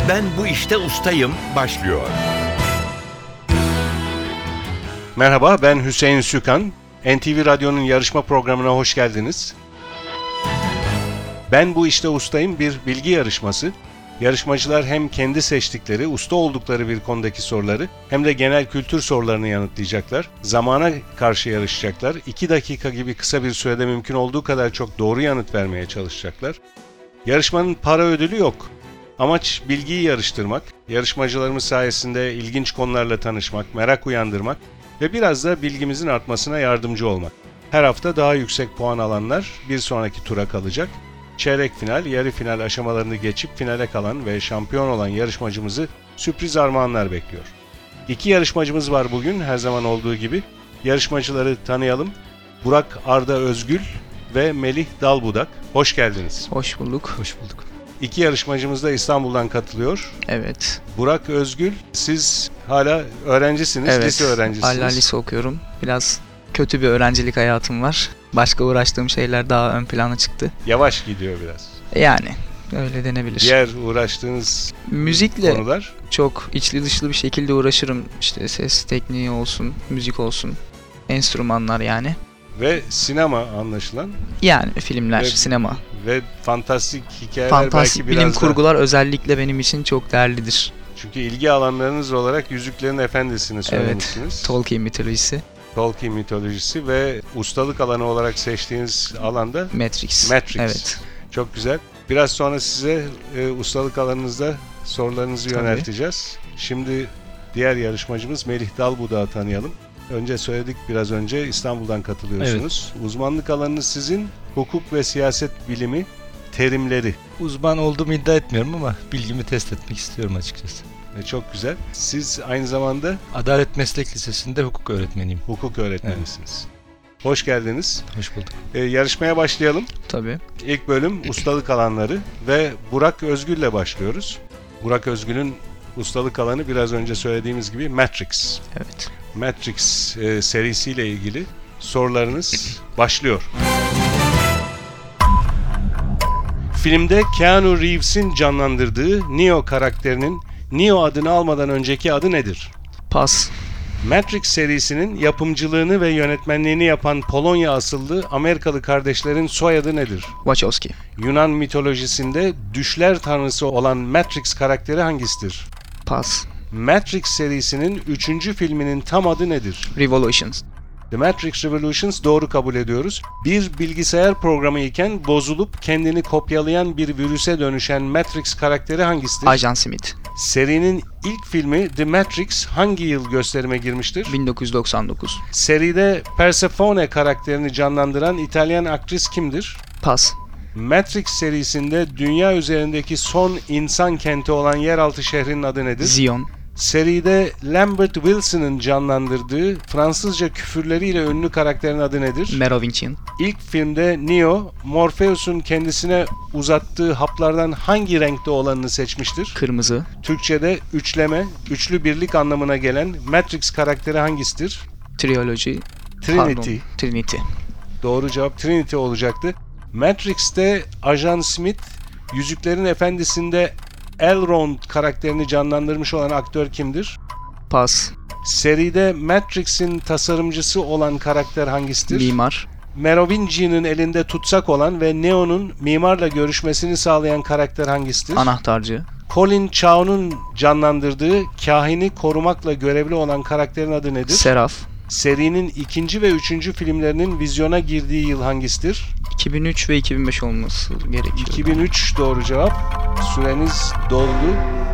Ben bu işte ustayım başlıyor. Merhaba, ben Hüseyin Sükan. NTV Radyo'nun yarışma programına hoş geldiniz. Ben bu işte ustayım bir bilgi yarışması. Yarışmacılar hem kendi seçtikleri, usta oldukları bir konudaki soruları hem de genel kültür sorularını yanıtlayacaklar. Zamana karşı yarışacaklar. 2 dakika gibi kısa bir sürede mümkün olduğu kadar çok doğru yanıt vermeye çalışacaklar. Yarışmanın para ödülü yok. Amaç bilgiyi yarıştırmak, yarışmacılarımız sayesinde ilginç konularla tanışmak, merak uyandırmak ve biraz da bilgimizin artmasına yardımcı olmak. Her hafta daha yüksek puan alanlar bir sonraki tura kalacak. Çeyrek final, yarı final aşamalarını geçip finale kalan ve şampiyon olan yarışmacımızı sürpriz armağanlar bekliyor. 2 yarışmacımız var bugün her zaman olduğu gibi. Yarışmacıları tanıyalım. Burak Arda Özgül ve Melih Dalbudak. Hoş geldiniz. Hoş bulduk. Hoş bulduk. 2 yarışmacımız da İstanbul'dan katılıyor. Evet. Burak Özgül, siz hala öğrencisiniz, Evet. lise öğrencisiniz. Hala lise okuyorum. Biraz kötü bir öğrencilik hayatım var. Başka uğraştığım şeyler daha ön plana çıktı. Yavaş gidiyor biraz. Yani öyle denebilir. Diğer uğraştığınız Müzikle konular? çok içli dışlı bir şekilde uğraşırım. İşte ses tekniği olsun, müzik olsun, enstrümanlar yani. Ve sinema anlaşılan. Yani filmler, Ve- sinema. Ve fantastik hikayeler Fantastik belki bilim biraz kurgular özellikle benim için çok değerlidir. Çünkü ilgi alanlarınız olarak Yüzüklerin Efendisi'ni söylemişsiniz. Tolkien mitolojisi, Tolkien mitolojisi ve ustalık alanı olarak seçtiğiniz alanda Matrix. Matrix. Evet. Çok güzel. Biraz sonra size ustalık alanınızda sorularınızı Tabii. yönelteceğiz. Şimdi diğer yarışmacımız Melih Dalbudak'ı tanıyalım. Önce söyledik biraz önce İstanbul'dan katılıyorsunuz. Uzmanlık alanınız sizin hukuk ve siyaset bilimi terimleri. Uzman olduğumu iddia etmiyorum ama bilgimi test etmek istiyorum açıkçası. Çok güzel. Siz aynı zamanda Adalet Meslek Lisesi'nde hukuk öğretmeniyim. hukuk öğretmenisiniz. Hoş geldiniz. Hoş bulduk. Yarışmaya başlayalım. Tabii. İlk bölüm ustalık alanları ve Burak Özgül'le başlıyoruz. Burak Özgül'ün ustalık alanı biraz önce söylediğimiz gibi Matrix. Evet. Matrix serisiyle ilgili sorularınız başlıyor. Filmde Keanu Reeves'in canlandırdığı Neo karakterinin Neo adını almadan önceki adı nedir? Pas. Matrix serisinin yapımcılığını ve yönetmenliğini yapan Polonya asıllı Amerikalı kardeşlerin soyadı nedir? Wachowski. Yunan mitolojisinde düşler tanrısı olan Matrix karakteri hangisidir? Pas. Matrix serisinin 3. filminin tam adı nedir? Revolutions. The Matrix Revolutions doğru kabul ediyoruz. Bir bilgisayar programı iken bozulup kendini kopyalayan bir virüse dönüşen Matrix karakteri hangisidir? Ajan Smith. Serinin ilk filmi The Matrix hangi yıl gösterime girmiştir? 1999. Seride Persephone karakterini canlandıran İtalyan aktris kimdir? Pas. Matrix serisinde dünya üzerindeki son insan kenti olan yeraltı şehrinin adı nedir? Zion. Seride Lambert Wilson'ın canlandırdığı Fransızca küfürleriyle ünlü karakterin adı nedir? Merovingian. İlk filmde Neo, Morpheus'un kendisine uzattığı haplardan hangi renkte olanını seçmiştir? Kırmızı. Türkçe'de üçleme, üçlü birlik anlamına gelen Matrix karakteri hangisidir? Trilogy. Trinity. Trinity. Doğru cevap Trinity olacaktı. Matrix'te Ajan Smith, Yüzüklerin Efendisi'nde Elrond karakterini canlandırmış olan aktör kimdir? Pas. Seride Matrix'in tasarımcısı olan karakter hangisidir? Mimar. Merovingian'ın elinde tutsak olan ve Neo'nun mimarla görüşmesini sağlayan karakter hangisidir? Anahtarcı. Colin Chau'nun canlandırdığı kahini korumakla görevli olan karakterin adı nedir? Seraf. Serinin 2. ve 3. filmlerinin vizyona girdiği yıl hangisidir? 2003 ve 2005 olması gerekiyor. 2003 doğru cevap. Süreniz doldu.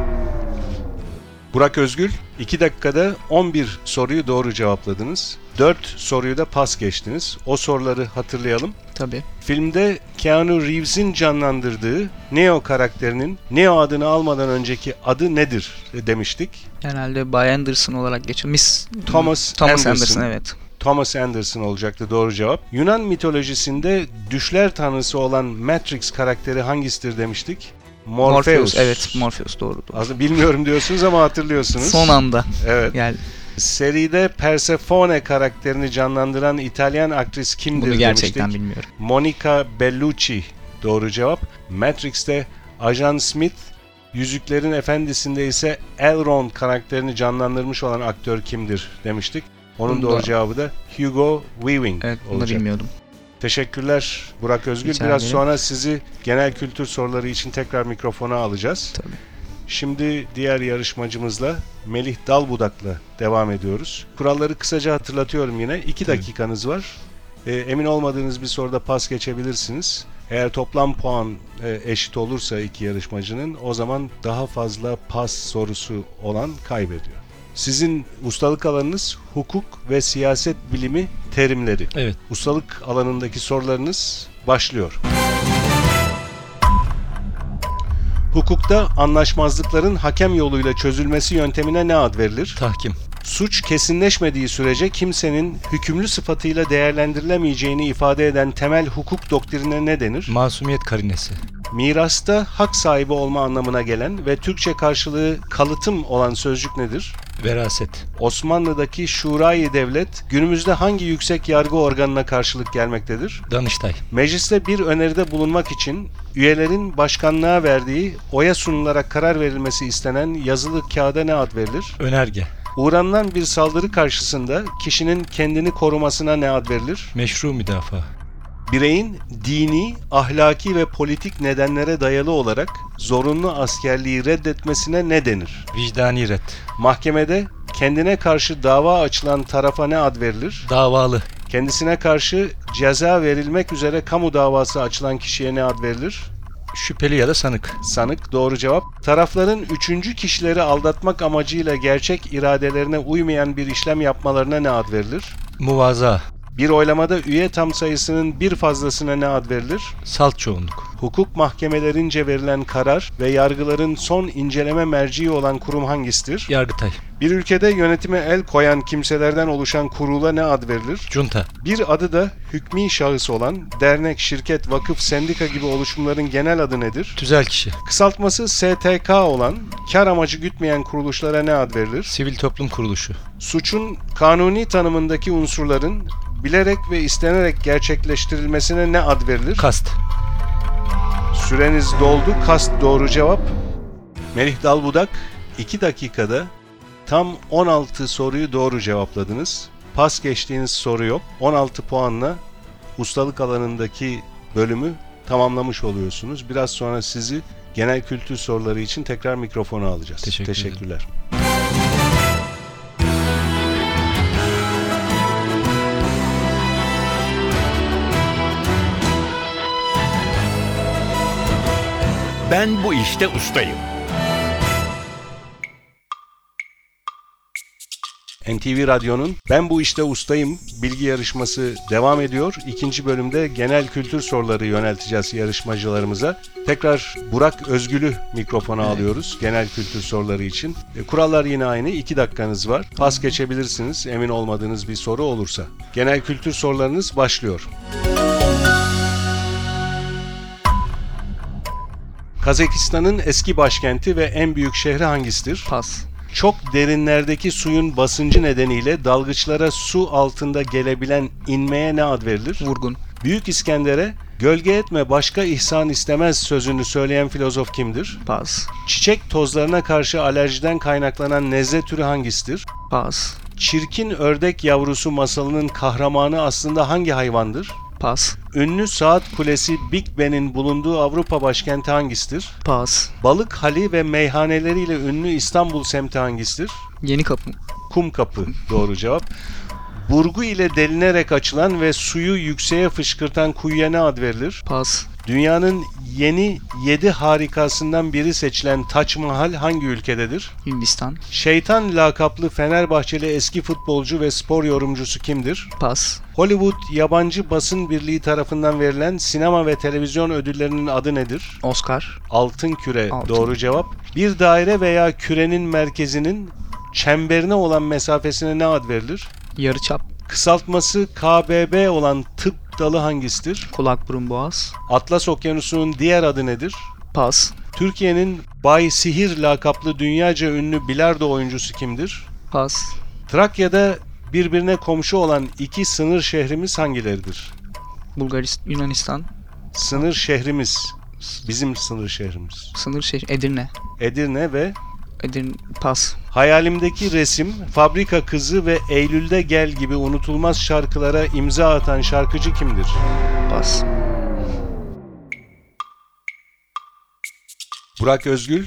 Burak Özgül, 2 dakikada 11 soruyu doğru cevapladınız. 4 soruyu da pas geçtiniz. O soruları hatırlayalım. Tabii. Filmde Keanu Reeves'in canlandırdığı Neo karakterinin Neo adını almadan önceki adı nedir demiştik. Herhalde Bay Anderson olarak geçiyor. Thomas Anderson, Anderson. evet. Thomas Anderson olacaktı doğru cevap. Yunan mitolojisinde düşler tanrısı olan Matrix karakteri hangisidir demiştik? Morpheus. Evet, Morpheus doğru. Aslında bilmiyorum diyorsunuz ama hatırlıyorsunuz. Son anda. Evet. Gel. Seride Persephone karakterini canlandıran İtalyan aktris kimdir Bunu gerçekten demiştik. bilmiyorum. Monica Bellucci doğru cevap. Matrix'te Ajan Smith Yüzüklerin Efendisi'nde ise Elrond karakterini canlandırmış olan aktör kimdir demiştik. Onun Bunu doğru da- cevabı da Hugo Weaving Evet, bunu olacak. bilmiyordum. Teşekkürler Burak Özgül. Rica Biraz ederim. sonra sizi genel kültür soruları için tekrar mikrofona alacağız. Tabii. Şimdi diğer yarışmacımızla Melih Dalbudak'la devam ediyoruz. Kuralları kısaca hatırlatıyorum yine. 2 Tabii. dakikanız var. Emin olmadığınız bir soruda pas geçebilirsiniz. Eğer toplam puan eşit olursa iki yarışmacının, o zaman daha fazla pas sorusu olan kaybediyor. Sizin ustalık alanınız hukuk ve siyaset bilimi terimleri. Evet. Ustalık alanındaki sorularınız başlıyor. Hukukta anlaşmazlıkların hakem yoluyla çözülmesi yöntemine ne ad verilir? Tahkim. Suç kesinleşmediği sürece kimsenin hükümlü sıfatıyla değerlendirilemeyeceğini ifade eden temel hukuk doktrine ne denir? Masumiyet karinesi. Mirasta hak sahibi olma anlamına gelen ve Türkçe karşılığı kalıtım olan sözcük nedir? Veraset. Osmanlı'daki Şurayı Devlet günümüzde hangi yüksek yargı organına karşılık gelmektedir? Danıştay. Mecliste bir öneride bulunmak için üyelerin başkanlığa verdiği oya sunularak karar verilmesi istenen yazılı kağıda ne ad verilir? Önerge. Uğranılan bir saldırı karşısında kişinin kendini korumasına ne ad verilir? Meşru müdafaa. Bireyin dini, ahlaki ve politik nedenlere dayalı olarak zorunlu askerliği reddetmesine ne denir? Vicdani ret. Mahkemede kendine karşı dava açılan tarafa ne ad verilir? Davalı. Kendisine karşı ceza verilmek üzere kamu davası açılan kişiye ne ad verilir? Şüpheli ya da sanık. Sanık, doğru cevap. Tarafların üçüncü kişileri aldatmak amacıyla gerçek iradelerine uymayan bir işlem yapmalarına ne ad verilir? Muvaza. Bir oylamada üye tam sayısının bir fazlasına ne ad verilir? Salt çoğunluk. Hukuk mahkemelerince verilen karar ve yargıların son inceleme merciği olan kurum hangisidir? Yargıtay. Bir ülkede yönetime el koyan kimselerden oluşan kurula ne ad verilir? Junta. Bir adı da hükmî şahıs olan dernek, şirket, vakıf, sendika gibi oluşumların genel adı nedir? Tüzel kişi. Kısaltması STK olan, kar amacı gütmeyen kuruluşlara ne ad verilir? Sivil toplum kuruluşu. Suçun kanuni tanımındaki unsurların bilerek ve istenerek gerçekleştirilmesine ne ad verilir? Kast. Süreniz doldu. Kast doğru cevap. Melih Dalbudak 2 dakikada tam 16 soruyu doğru cevapladınız. Pas geçtiğiniz soru yok. 16 puanla ustalık alanındaki bölümü tamamlamış oluyorsunuz. Biraz sonra sizi genel kültür soruları için tekrar mikrofona alacağız. Teşekkür ederim. Teşekkürler. Ben bu işte ustayım. NTV Radyo'nun Ben Bu İşte Ustayım bilgi yarışması devam ediyor. İkinci bölümde genel kültür soruları yönelteceğiz yarışmacılarımıza. Tekrar Burak Özgül'ü mikrofona alıyoruz genel kültür soruları için. Kurallar yine aynı. 2 dakikanız var. Pas geçebilirsiniz emin olmadığınız bir soru olursa. Genel kültür sorularınız başlıyor. Kazakistan'ın eski başkenti ve en büyük şehri hangisidir? Pas. Çok derinlerdeki suyun basıncı nedeniyle dalgıçlara su altında gelebilen inmeye ne ad verilir? Vurgun. Büyük İskender'e "Gölge etme, başka ihsan istemez" sözünü söyleyen filozof kimdir? Pas. Çiçek tozlarına karşı alerjiden kaynaklanan nezle türü hangisidir? Pas. Çirkin ördek yavrusu masalının kahramanı aslında hangi hayvandır? Pas. Ünlü saat kulesi Big Ben'in bulunduğu Avrupa başkenti hangisidir? Pas. Balık hali ve meyhaneleriyle ünlü İstanbul semti hangisidir? Yenikapı. Kumkapı doğru cevap. Burgu ile delinerek açılan ve suyu yükseğe fışkırtan kuyuya ne ad verilir? Pas. Dünyanın yeni 7 harikasından biri seçilen Taç Mahal hangi ülkededir? Hindistan. Şeytan lakaplı Fenerbahçeli eski futbolcu ve spor yorumcusu kimdir? Pas. Hollywood Yabancı Basın Birliği tarafından verilen sinema ve televizyon ödüllerinin adı nedir? Oscar. Altın küre Altın. doğru cevap. Bir daire veya kürenin merkezinin çemberine olan mesafesine ne ad verilir? Yarıçap. Kısaltması KBB olan tıp dalı hangisidir? Kulak burun boğaz. Atlas Okyanusu'nun diğer adı nedir? Pas. Türkiye'nin Bay Sihir lakaplı dünyaca ünlü bilardo oyuncusu kimdir? Pas. Trakya'da birbirine komşu olan iki sınır şehrimiz hangileridir? Bulgaristan. Yunanistan. Sınır şehrimiz Bizim sınır şehrimiz. Sınır şehri Edirne. Edirne ve Edirne pas. hayalimdeki resim, Fabrika Kızı ve Eylül'de Gel gibi unutulmaz şarkılara imza atan şarkıcı kimdir? Pas. Burak Özgül,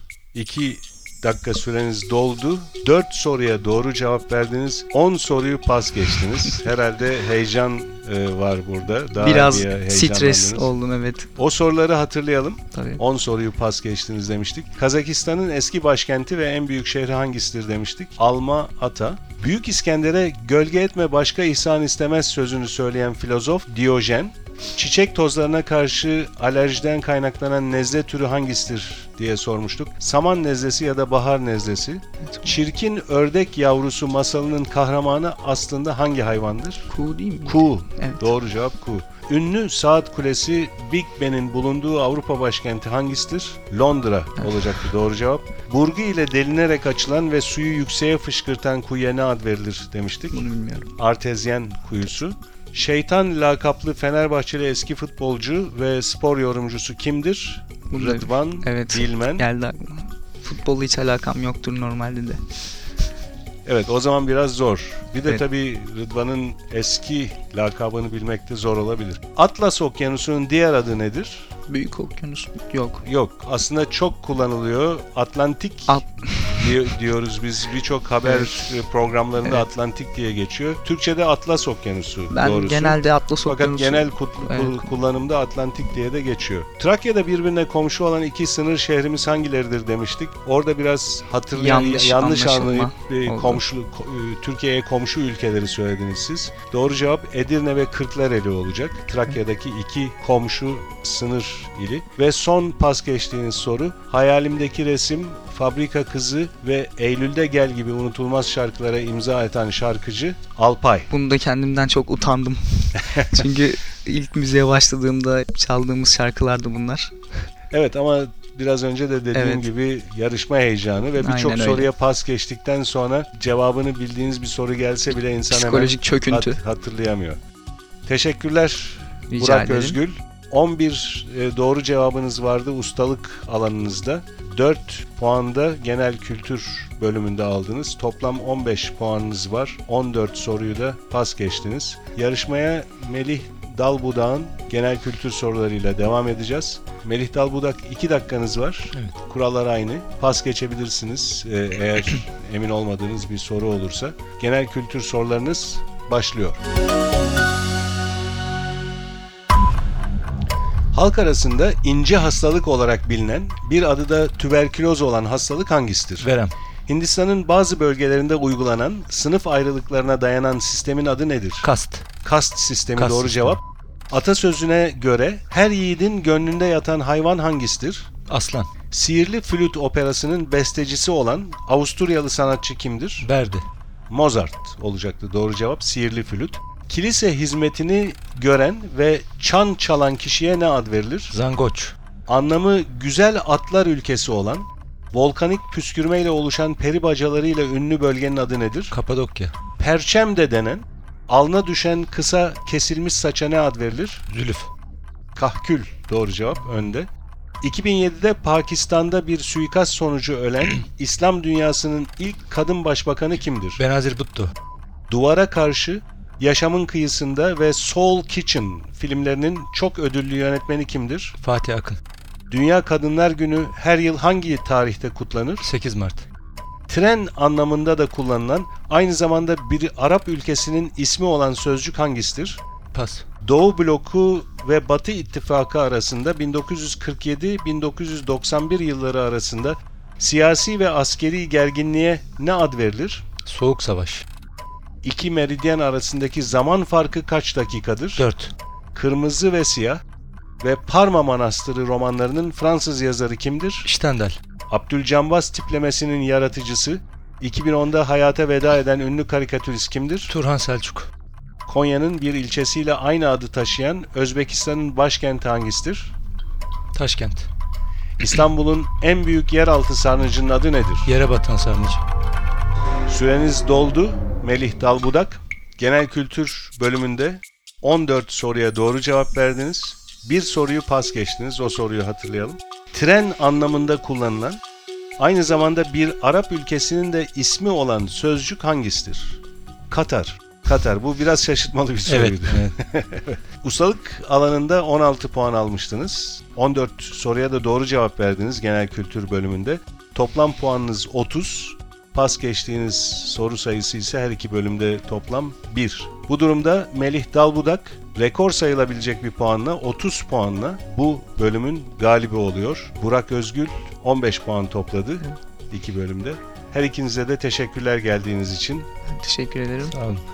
2 dakika süreniz doldu. 4 soruya doğru cevap verdiniz. 10 soruyu pas geçtiniz. Herhalde heyecan var burada. Daha Biraz bir stres heyecanlandınız. oldum, evet. O soruları hatırlayalım. Tabii. 10 soruyu pas geçtiniz demiştik. Kazakistan'ın eski başkenti ve en büyük şehri hangisidir demiştik? Alma-Ata. Büyük İskender'e gölge etme başka ihsan istemez sözünü söyleyen filozof Diyojen. Çiçek tozlarına karşı alerjiden kaynaklanan nezle türü hangisidir diye sormuştuk. Saman nezlesi ya da bahar nezlesi. Çirkin ördek yavrusu masalının kahramanı aslında hangi hayvandır? Kuğu değil mi? Kuğu. Evet. Doğru cevap kuğu. Ünlü saat kulesi Big Ben'in bulunduğu Avrupa başkenti hangisidir? Londra olacaktı doğru cevap. Burgu ile delinerek açılan ve suyu yükseğe fışkırtan kuyuya ne ad verilir demiştik? Bunu bilmiyorum. Artezyen kuyusu. Şeytan lakaplı Fenerbahçeli eski futbolcu ve spor yorumcusu kimdir? Bunu da- Rıdvan Evet. Dilmen. Geldi aklıma. Futbolla hiç alakam yoktur normalde de. Evet, o zaman biraz zor. Bir de Evet. tabii Rıdvan'ın eski lakabını bilmek de zor olabilir. Atlas Okyanusu'nun diğer adı nedir? Büyük okyanus yok. Yok, aslında çok kullanılıyor. Atlantik diyoruz biz. Birçok haber programlarında Evet. Atlantik diye geçiyor. Türkçe'de Atlas Okyanusu Ben doğrusu. genelde Atlas Fakat Okyanusu... genel Evet. kullanımda Atlantik diye de geçiyor. Trakya'da birbirine komşu olan 2 sınır şehrimiz hangileridir demiştik. Orada biraz yanlış Anlaşılma anlayıp oldu. Türkiye'ye komşu ülkeleri söylediniz siz. Doğru cevap Edirne ve Kırklareli olacak. Trakya'daki 2 komşu sınır ili. Ve son pas geçtiğiniz soru, hayalimdeki resim, Fabrika Kızı ve Eylül'de Gel gibi unutulmaz şarkılara imza atan şarkıcı Alpay. Bunu da kendimden çok utandım. Çünkü ilk müziğe başladığımda çaldığımız şarkılardı bunlar. Evet, ama biraz önce de dediğim Evet. gibi yarışma heyecanı ve birçok Aynen öyle. soruya pas geçtikten sonra cevabını bildiğiniz bir soru gelse bile insan Psikolojik çöküntü. hatırlayamıyor. Teşekkürler Rica Burak ederim. Özgül. 11 doğru cevabınız vardı ustalık alanınızda. 4 puanda genel kültür bölümünde aldınız. Toplam 15 puanınız var. 14 soruyu da pas geçtiniz. Yarışmaya Melih Dalbudak'ın genel kültür sorularıyla devam edeceğiz. Melih Dalbudak 2 dakikanız var. Evet. Kurallar aynı. Pas geçebilirsiniz eğer emin olmadığınız bir soru olursa. Genel kültür sorularınız başlıyor. Halk arasında ince hastalık olarak bilinen, bir adı da tüberküloz olan hastalık hangisidir? Verem. Hindistan'ın bazı bölgelerinde uygulanan, sınıf ayrılıklarına dayanan sistemin adı nedir? Kast. Kast sistemi Kast doğru sistemi. cevap. Atasözüne göre her yiğidin gönlünde yatan hayvan hangisidir? Aslan. Sihirli Flüt operasının bestecisi olan Avusturyalı sanatçı kimdir? Verdi. Mozart olacaktı doğru cevap. Sihirli Flüt. Kilise hizmetini gören ve çan çalan kişiye ne ad verilir? Zangoç. Anlamı güzel atlar ülkesi olan, volkanik püskürmeyle oluşan peri bacalarıyla ünlü bölgenin adı nedir? Kapadokya. Perçem de denen, alnına düşen kısa kesilmiş saça ne ad verilir? Zülüf. Kahkül doğru cevap önde. 2007'de Pakistan'da bir suikast sonucu ölen İslam dünyasının ilk kadın başbakanı kimdir? Benazir Bhutto. Duvara Karşı, Yaşamın Kıyısında ve Soul Kitchen filmlerinin çok ödüllü yönetmeni kimdir? Fatih Akın. Dünya Kadınlar Günü her yıl hangi tarihte kutlanır? 8 Mart. Tren anlamında da kullanılan, aynı zamanda bir Arap ülkesinin ismi olan sözcük hangisidir? Pas. Doğu bloku ve Batı ittifakı arasında 1947-1991 yılları arasında siyasi ve askeri gerginliğe ne ad verilir? Soğuk Savaş. İki meridyen arasındaki zaman farkı kaç dakikadır? 4. Kırmızı ve Siyah ve Parma Manastırı romanlarının Fransız yazarı kimdir? Stendhal. Abdülcambaz tiplemesinin yaratıcısı, 2010'da hayata veda eden ünlü karikatürist kimdir? Turhan Selçuk. Konya'nın bir ilçesiyle aynı adı taşıyan Özbekistan'ın başkenti hangisidir? Taşkent. İstanbul'un en büyük yeraltı sarnıcının adı nedir? Yere batan sarnıcı. Süreniz doldu Melih Dalbudak. Genel kültür bölümünde 14 soruya doğru cevap verdiniz. Bir soruyu pas geçtiniz, o soruyu hatırlayalım. Tren anlamında kullanılan, aynı zamanda bir Arap ülkesinin de ismi olan sözcük hangisidir? Katar. Katar. Bu biraz şaşırtmalı bir soruydu. Evet. Ustalık alanında 16 puan almıştınız. 14 soruya da doğru cevap verdiniz genel kültür bölümünde. Toplam puanınız 30. Pas geçtiğiniz soru sayısı ise her iki bölümde toplam 1. Bu durumda Melih Dalbudak rekor sayılabilecek bir puanla 30 puanla bu bölümün galibi oluyor. Burak Özgül 15 puan topladı iki bölümde. Her ikinize de teşekkürler geldiğiniz için. Ben teşekkür ederim. Sağ olun.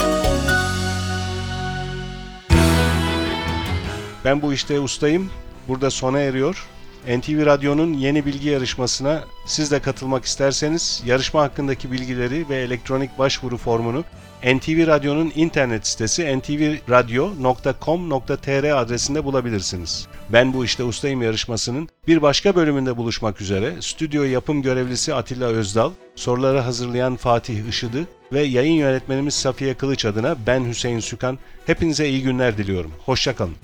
Ben bu işte ustayım. Burada sona eriyor. NTV Radyo'nun yeni bilgi yarışmasına siz de katılmak isterseniz yarışma hakkındaki bilgileri ve elektronik başvuru formunu NTV Radyo'nun internet sitesi ntvradio.com.tr adresinde bulabilirsiniz. Ben bu işte ustayım yarışmasının bir başka bölümünde buluşmak üzere stüdyo yapım görevlisi Atilla Özdal, soruları hazırlayan Fatih Işıdı ve yayın yönetmenimiz Safiye Kılıç adına ben Hüseyin Sükan. Hepinize iyi günler diliyorum. Hoşça kalın.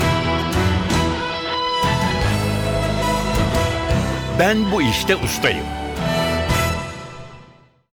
Ben bu işte ustayım.